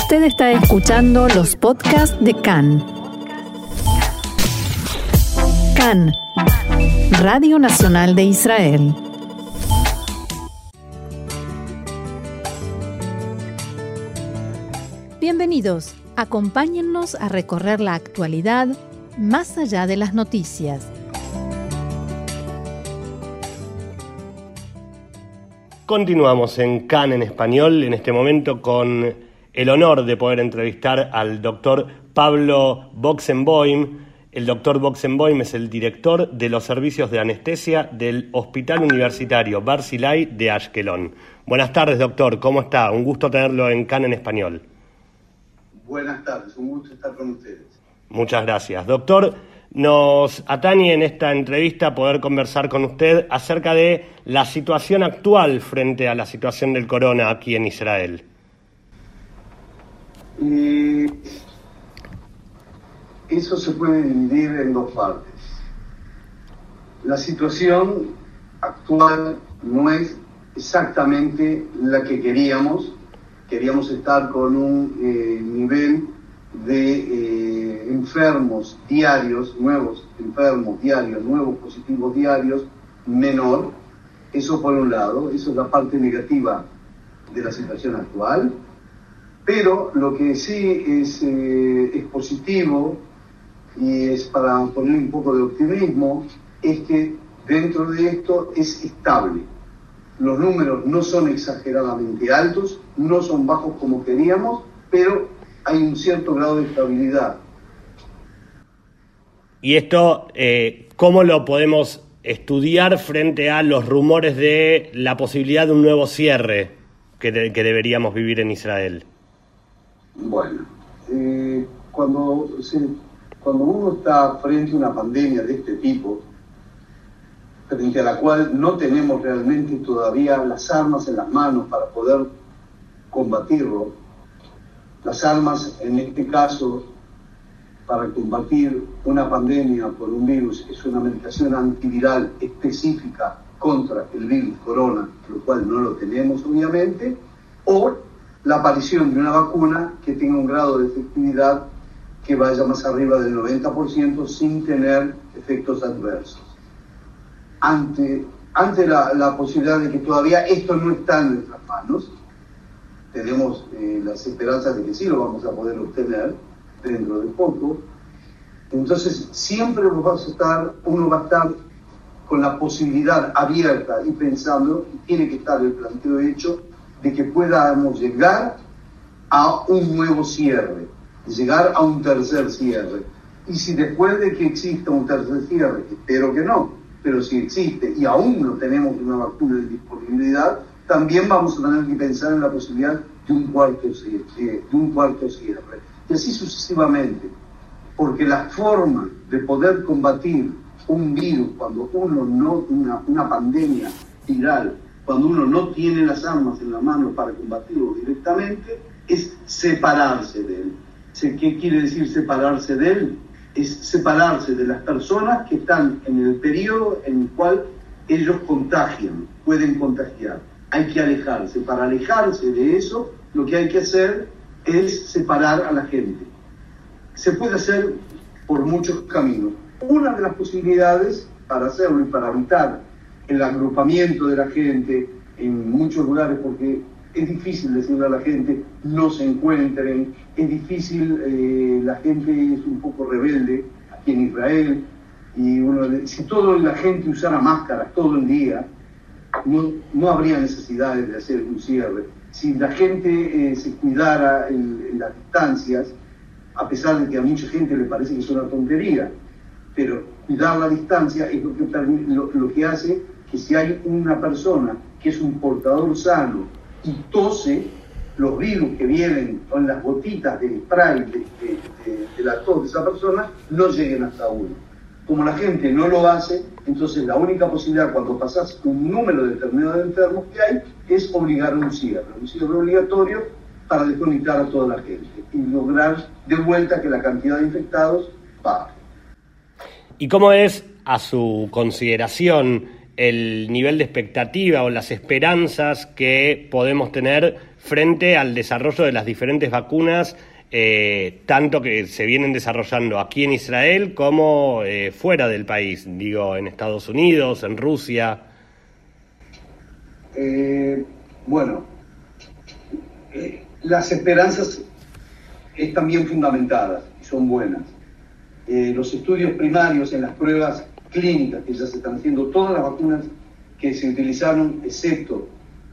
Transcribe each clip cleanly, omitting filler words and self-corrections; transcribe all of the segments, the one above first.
Usted está escuchando los podcasts de CAN. CAN, Radio Nacional de Israel. Bienvenidos, acompáñennos a recorrer la actualidad más allá de las noticias. Continuamos en CAN en español, en este momento con el honor de poder entrevistar al doctor Pablo Boxenboim. El doctor Boxenboim es el director de los servicios de anestesia del Hospital Universitario Barzilai de Ashkelon. Buenas tardes, doctor, ¿cómo está? Un gusto tenerlo en CAN en español. Buenas tardes, un gusto estar con ustedes. Muchas gracias. Doctor, nos atañe en esta entrevista poder conversar con usted acerca de la situación actual frente a la situación del corona aquí en Israel. Eso se puede dividir en dos partes. La situación actual no es exactamente la que queríamos. Queríamos estar con un nivel de enfermos diarios, nuevos enfermos diarios, nuevos positivos diarios, menor. Eso por un lado, eso es la parte negativa de la situación actual. Pero lo que sí es positivo, y es para poner un poco de optimismo, es que dentro de esto es estable. Los números no son exageradamente altos, no son bajos como queríamos, pero hay un cierto grado de estabilidad. ¿Y esto cómo lo podemos estudiar frente a los rumores de la posibilidad de un nuevo cierre que deberíamos vivir en Israel? Bueno, cuando uno está frente a una pandemia de este tipo, frente a la cual no tenemos realmente todavía las armas en las manos para poder combatirlo, las armas en este caso para combatir una pandemia por un virus es una medicación antiviral específica contra el virus corona, lo cual no lo tenemos obviamente, o la aparición de una vacuna que tenga un grado de efectividad que vaya más arriba del 90% sin tener efectos adversos. Ante la posibilidad de que todavía esto no está en nuestras manos, tenemos las esperanzas de que sí lo vamos a poder obtener dentro de poco. Entonces siempre uno va a estar con la posibilidad abierta y pensando, y tiene que estar el planteo hecho, de que podamos llegar a un nuevo cierre, llegar a un tercer cierre. Y si después de que exista un tercer cierre, espero que no, pero si existe y aún no tenemos una vacuna de disponibilidad, también vamos a tener que pensar en la posibilidad de un cuarto cierre. Y así sucesivamente, porque la forma de poder combatir un virus cuando uno no, una pandemia viral, cuando uno no tiene las armas en la mano para combatirlo directamente, es separarse de él. ¿Qué quiere decir separarse de él? Es separarse de las personas que están en el periodo en el cual ellos pueden contagiar. Hay que alejarse. Para alejarse de eso, lo que hay que hacer es separar a la gente. Se puede hacer por muchos caminos. Una de las posibilidades para hacerlo y para evitar el agrupamiento de la gente en muchos lugares, porque es difícil decirle a la gente no se encuentren, es difícil, la gente es un poco rebelde aquí en Israel, y si toda la gente usara máscaras todo el día, no habría necesidades de hacer un cierre. Si la gente se cuidara en las distancias, a pesar de que a mucha gente le parece que es una tontería, pero cuidar la distancia es lo que hace que si hay una persona que es un portador sano y tose, los virus que vienen con las gotitas de spray de la tos de esa persona no lleguen hasta uno. Como la gente no lo hace, entonces la única posibilidad cuando pasas un número determinado de enfermos que hay es obligar un cierre obligatorio para desconectar a toda la gente y lograr de vuelta que la cantidad de infectados baje. ¿Y cómo es, a su consideración, el nivel de expectativa o las esperanzas que podemos tener frente al desarrollo de las diferentes vacunas, tanto que se vienen desarrollando aquí en Israel como fuera del país, digo, en Estados Unidos, en Rusia. Bueno, las esperanzas están bien fundamentadas y son buenas. Los estudios primarios en las pruebas clínicas que ya se están haciendo, todas las vacunas que se utilizaron, excepto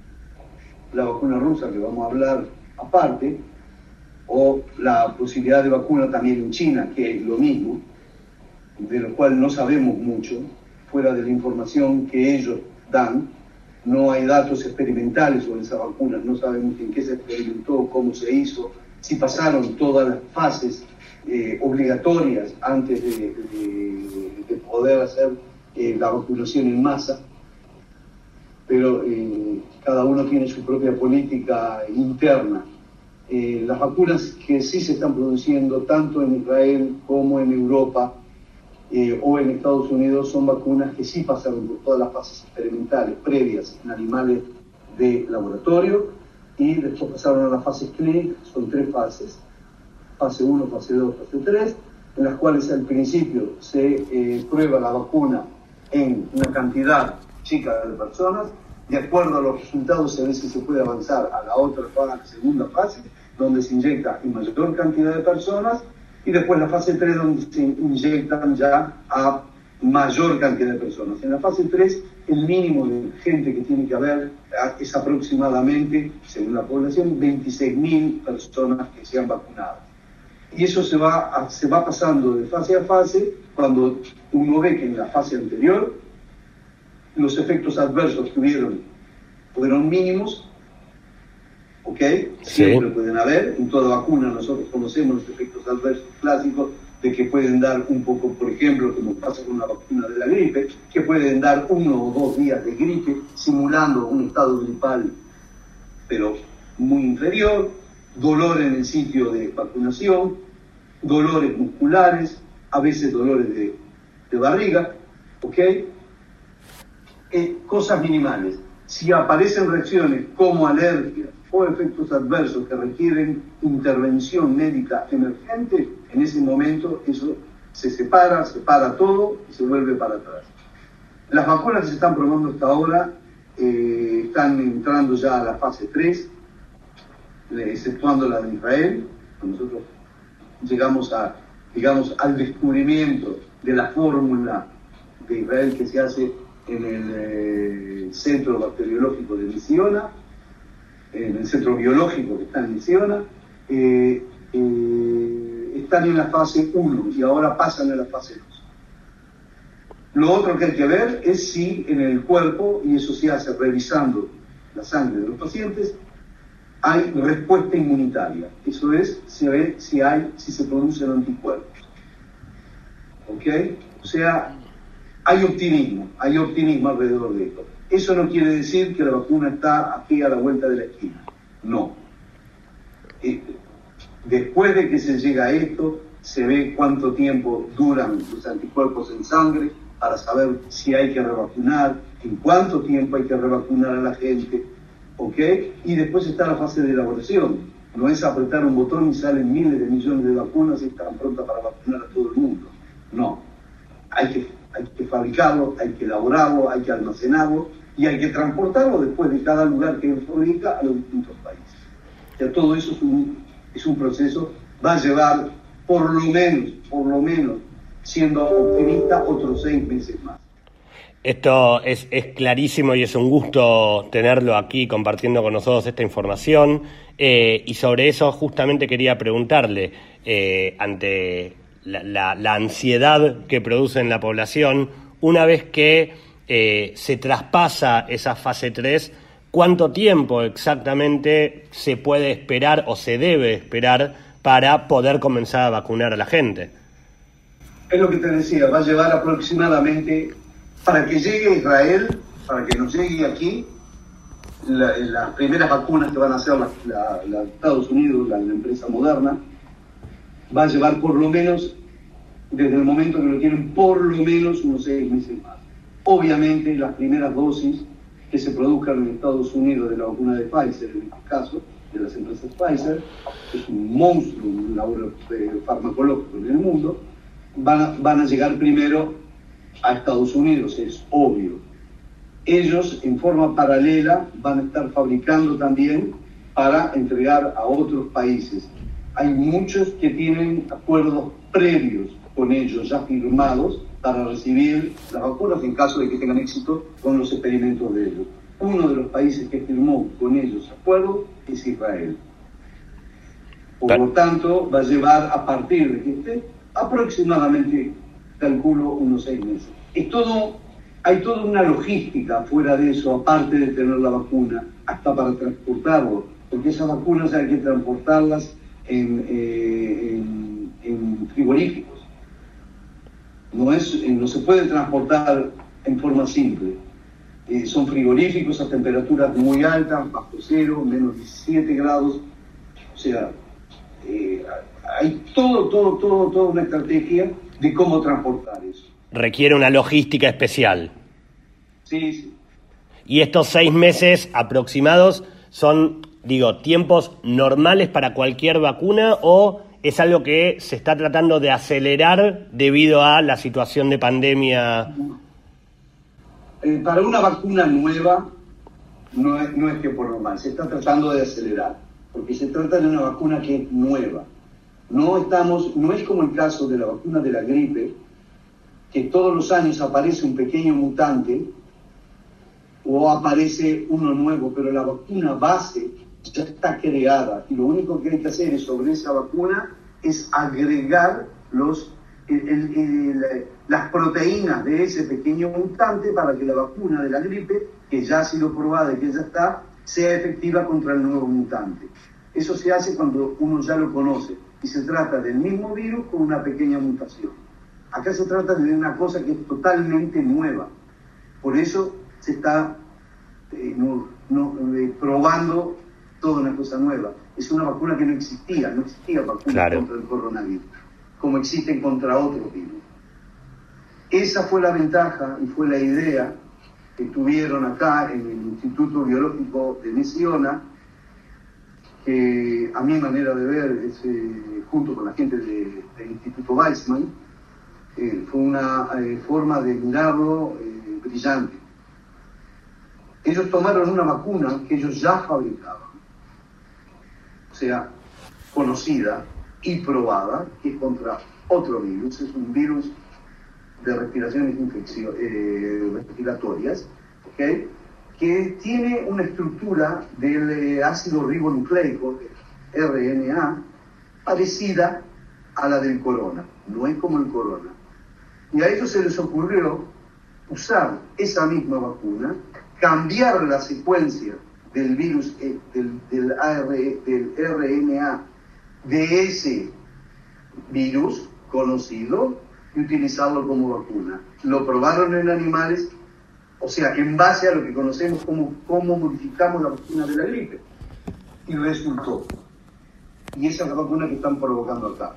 la vacuna rusa, que vamos a hablar aparte, o la posibilidad de vacuna también en China, que es lo mismo, de lo cual no sabemos mucho, fuera de la información que ellos dan. No hay datos experimentales sobre esa vacuna, no sabemos en qué se experimentó, cómo se hizo, si pasaron todas las fases obligatorias antes de poder hacer la vacunación en masa, pero cada uno tiene su propia política interna. Las vacunas que sí se están produciendo tanto en Israel como en Europa o en Estados Unidos son vacunas que sí pasaron por todas las fases experimentales previas en animales de laboratorio y después pasaron a las fases clínicas. Son 3 fases, fase 1, fase 2, fase 3, en las cuales al principio se prueba la vacuna en una cantidad chica de personas. De acuerdo a los resultados se ve si se puede avanzar a la otra fase, segunda fase, donde se inyecta en mayor cantidad de personas, y después la fase 3, donde se inyectan ya a mayor cantidad de personas. En la fase 3, el mínimo de gente que tiene que haber es aproximadamente, según la población, 26.000 personas que sean vacunadas. Y eso se va pasando de fase a fase, cuando uno ve que en la fase anterior los efectos adversos que fueron mínimos, ¿ok? Siempre Sí. pueden haber, en toda vacuna nosotros conocemos los efectos adversos clásicos de que pueden dar un poco, por ejemplo, como pasa con la vacuna de la gripe, que pueden dar 1 o 2 días de gripe, simulando un estado gripal, pero muy inferior, dolor en el sitio de vacunación, dolores musculares, a veces dolores de barriga, ¿ok? Cosas minimales. Si aparecen reacciones como alergias o efectos adversos que requieren intervención médica emergente, en ese momento eso se para todo y se vuelve para atrás. Las vacunas que se están probando hasta ahora están entrando ya a la fase 3, exceptuando la de Israel. Nosotros llegamos al descubrimiento de la fórmula de Israel que se hace en el centro bacteriológico de Misiona, en el centro biológico que está en Misiona. Están en la fase 1 y ahora pasan a la fase 2. Lo otro que hay que ver es si en el cuerpo, y eso se hace revisando la sangre de los pacientes, hay respuesta inmunitaria. Eso es, se ve si se producen anticuerpos. ¿Ok? O sea, hay optimismo alrededor de esto. Eso no quiere decir que la vacuna está aquí a la vuelta de la esquina. No. Después de que se llega a esto, se ve cuánto tiempo duran los anticuerpos en sangre para saber si hay que revacunar, en cuánto tiempo hay que revacunar a la gente, ¿ok? Y después está la fase de elaboración. No es apretar un botón y salen miles de millones de vacunas y están prontas para vacunar a todo el mundo. No. Hay que fabricarlo, hay que elaborarlo, hay que almacenarlo y hay que transportarlo después de cada lugar que fabrica a los distintos países. O sea, todo eso es un proceso, va a llevar por lo menos, siendo optimista, otros 6 meses más. Esto es clarísimo y es un gusto tenerlo aquí compartiendo con nosotros esta información, y sobre eso justamente quería preguntarle, ante la ansiedad que produce en la población, una vez que se traspasa esa fase 3, ¿cuánto tiempo exactamente se puede esperar o se debe esperar para poder comenzar a vacunar a la gente? Es lo que te decía, va a llevar aproximadamente, para que llegue a Israel, para que nos llegue aquí, las primeras vacunas que van a hacer la Estados Unidos, la empresa Moderna, va a llevar por lo menos, desde el momento que lo tienen, por lo menos unos 6 meses más. Obviamente las primeras dosis que se produzcan en Estados Unidos de la vacuna de Pfizer, en este caso, de las empresas Pfizer, que es un monstruo, un laboratorio farmacológico en el mundo, van a llegar primero a Estados Unidos, es obvio. Ellos, en forma paralela, van a estar fabricando también para entregar a otros países. Hay muchos que tienen acuerdos previos con ellos ya firmados para recibir las vacunas en caso de que tengan éxito con los experimentos de ellos. Uno de los países que firmó con ellos acuerdos es Israel. Por lo tanto, va a llevar a partir de que esté aproximadamente, calculo, unos 6 meses. Hay toda una logística fuera de eso, aparte de tener la vacuna, hasta para transportarlo, porque esas vacunas hay que transportarlas en frigoríficos. No se puede transportar en forma simple. Son frigoríficos a temperaturas muy altas, bajo cero, menos 17 grados. O sea, hay toda una estrategia de cómo transportar eso. Requiere una logística especial. Sí, sí. Y estos 6 meses aproximados son, tiempos normales para cualquier vacuna, o es algo que se está tratando de acelerar debido a la situación de pandemia. Para una vacuna nueva no es tiempo normal, se está tratando de acelerar, porque se trata de una vacuna que es nueva. No es como el caso de la vacuna de la gripe, que todos los años aparece un pequeño mutante o aparece uno nuevo, pero la vacuna base ya está creada y lo único que hay que hacer sobre esa vacuna es agregar las proteínas de ese pequeño mutante para que la vacuna de la gripe, que ya ha sido probada y que ya está, sea efectiva contra el nuevo mutante. Eso se hace cuando uno ya lo conoce y se trata del mismo virus con una pequeña mutación. Acá se trata de una cosa que es totalmente nueva. Por eso se está probando toda una cosa nueva. Es una vacuna que no existía vacuna contra el coronavirus, como existen contra otros virus. Esa fue la ventaja y fue la idea que tuvieron acá en el Instituto Biológico de Misiones, que a mi manera de ver, junto con la gente del Instituto Weizmann, fue una forma de mirarlo brillante. Ellos tomaron una vacuna que ellos ya fabricaban, o sea, conocida y probada, que es contra otro virus, es un virus de respiraciones respiratorias, ¿okay? Que tiene una estructura del ácido ribonucleico, RNA, parecida a la del corona, no es como el corona. Y a ellos se les ocurrió usar esa misma vacuna, cambiar la secuencia del virus, del RNA de ese virus conocido y utilizarlo como vacuna. Lo probaron en animales, o sea, en base a lo que conocemos como cómo modificamos la vacuna de la gripe. Y resultó. Y esa es la vacuna que están provocando acá.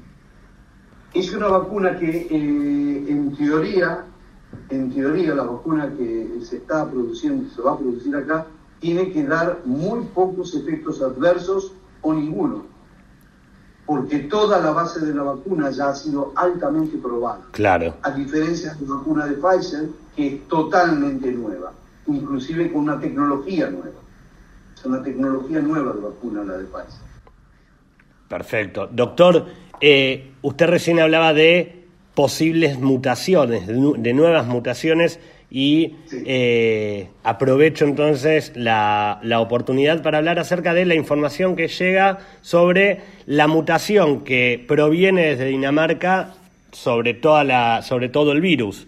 Es una vacuna que en teoría la vacuna que se está produciendo, se va a producir acá, tiene que dar muy pocos efectos adversos o ninguno, porque toda la base de la vacuna ya ha sido altamente probada. Claro. A diferencia de la vacuna de Pfizer, que es totalmente nueva, inclusive con una tecnología nueva. Es una tecnología nueva de vacuna la de Pfizer. Perfecto. Doctor, usted recién hablaba de posibles mutaciones, de nuevas mutaciones, y sí. Aprovecho entonces la oportunidad para hablar acerca de la información que llega sobre la mutación que proviene desde Dinamarca sobre todo el virus.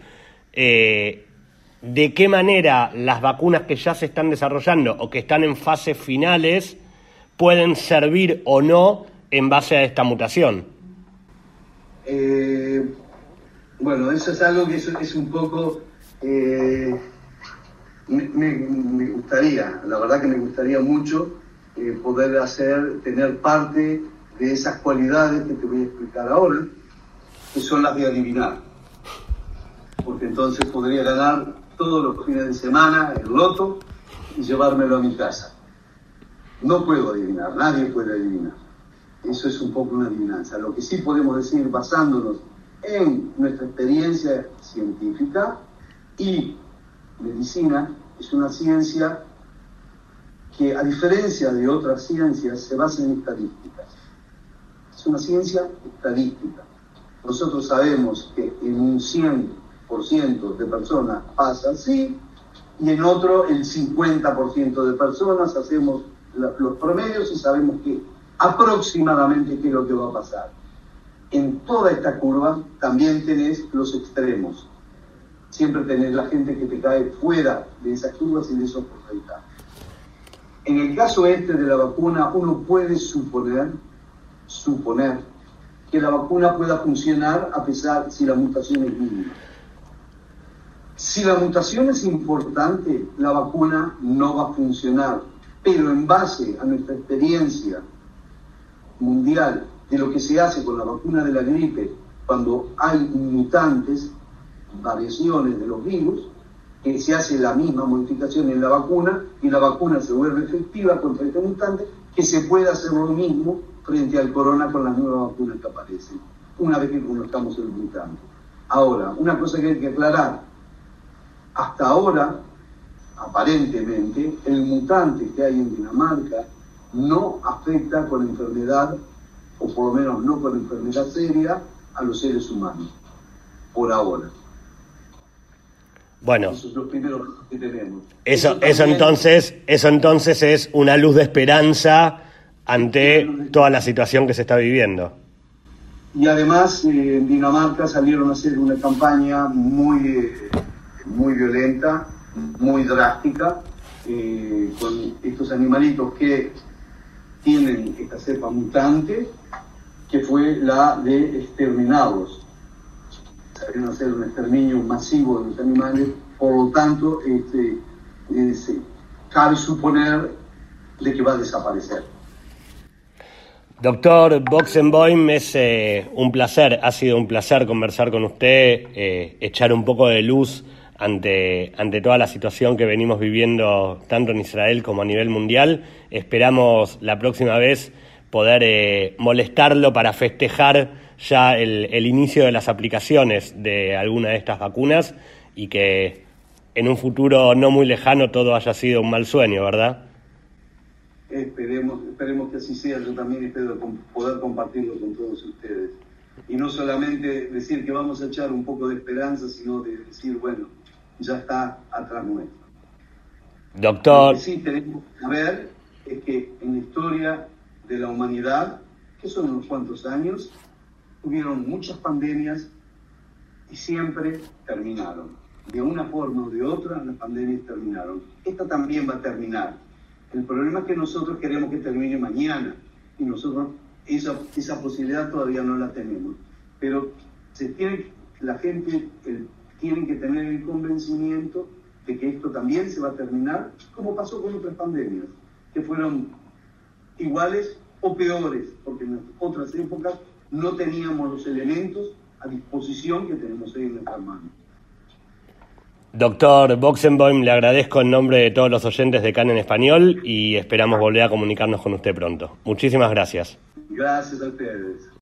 ¿De qué manera las vacunas que ya se están desarrollando o que están en fases finales pueden servir o no en base a esta mutación? Bueno, eso es algo que es un poco... me gustaría, la verdad que me gustaría mucho poder tener parte de esas cualidades que te voy a explicar ahora, que son las de adivinar. porque entonces podría ganar todos los fines de semana el loto y llevármelo a mi casa. No puedo adivinar, nadie puede adivinar. Eso es un poco una adivinanza. Lo que sí podemos decir, basándonos en nuestra experiencia científica y medicina, es una ciencia que, a diferencia de otras ciencias, se basa en estadísticas. Es una ciencia estadística. Nosotros sabemos que en un 100% de personas pasa así, y en otro el 50% de personas hacemos los promedios y sabemos que aproximadamente qué es lo que va a pasar. En toda esta curva también tenés los extremos. Siempre tenés la gente que te cae fuera de esas curvas y de esos porcentajes. En el caso este de la vacuna, uno puede suponer que la vacuna pueda funcionar a pesar si la mutación es mínima. Si la mutación es importante, la vacuna no va a funcionar. Pero en base a nuestra experiencia mundial de lo que se hace con la vacuna de la gripe, cuando hay mutantes, variaciones de los virus, que se hace la misma modificación en la vacuna y la vacuna se vuelve efectiva contra este mutante, que se puede hacer lo mismo frente al corona con las nuevas vacunas que aparecen, una vez que conozcamos el mutante. Ahora, una cosa que hay que aclarar, hasta ahora, aparentemente, el mutante que hay en Dinamarca no afecta con enfermedad, o por lo menos no con enfermedad seria, a los seres humanos, por ahora. Bueno, eso es lo primero que tenemos. Eso entonces es una luz de esperanza ante toda la situación que se está viviendo. Y además en Dinamarca salieron a hacer una campaña muy violenta, muy drástica, con estos animalitos que tienen esta cepa mutante, que fue la de exterminarlos. Salieron a hacer un exterminio masivo de los animales, por lo tanto, cabe suponer de que va a desaparecer. Doctor Boxenboim, es un placer, ha sido un placer conversar con usted, echar un poco de luz ante toda la situación que venimos viviendo tanto en Israel como a nivel mundial. Esperamos la próxima vez poder molestarlo para festejar ya el inicio de las aplicaciones de alguna de estas vacunas y que en un futuro no muy lejano todo haya sido un mal sueño, ¿verdad? Esperemos que así sea. Yo también espero poder compartirlo con todos ustedes. Y no solamente decir que vamos a echar un poco de esperanza, sino de decir, bueno, ya está atrás nuestro. Doctor. Lo que sí tenemos que ver es que en la historia de la humanidad, que son unos cuantos años, hubieron muchas pandemias y siempre terminaron. De una forma o de otra, las pandemias terminaron. Esta también va a terminar. El problema es que nosotros queremos que termine mañana y nosotros esa posibilidad todavía no la tenemos. Pero la gente tiene que tener el convencimiento de que esto también se va a terminar, como pasó con otras pandemias, que fueron iguales o peores, porque en otras épocas no teníamos los elementos a disposición que tenemos hoy en nuestras manos. Doctor Boxenboim, le agradezco en nombre de todos los oyentes de CAN en Español y esperamos volver a comunicarnos con usted pronto. Muchísimas gracias. Gracias a ustedes.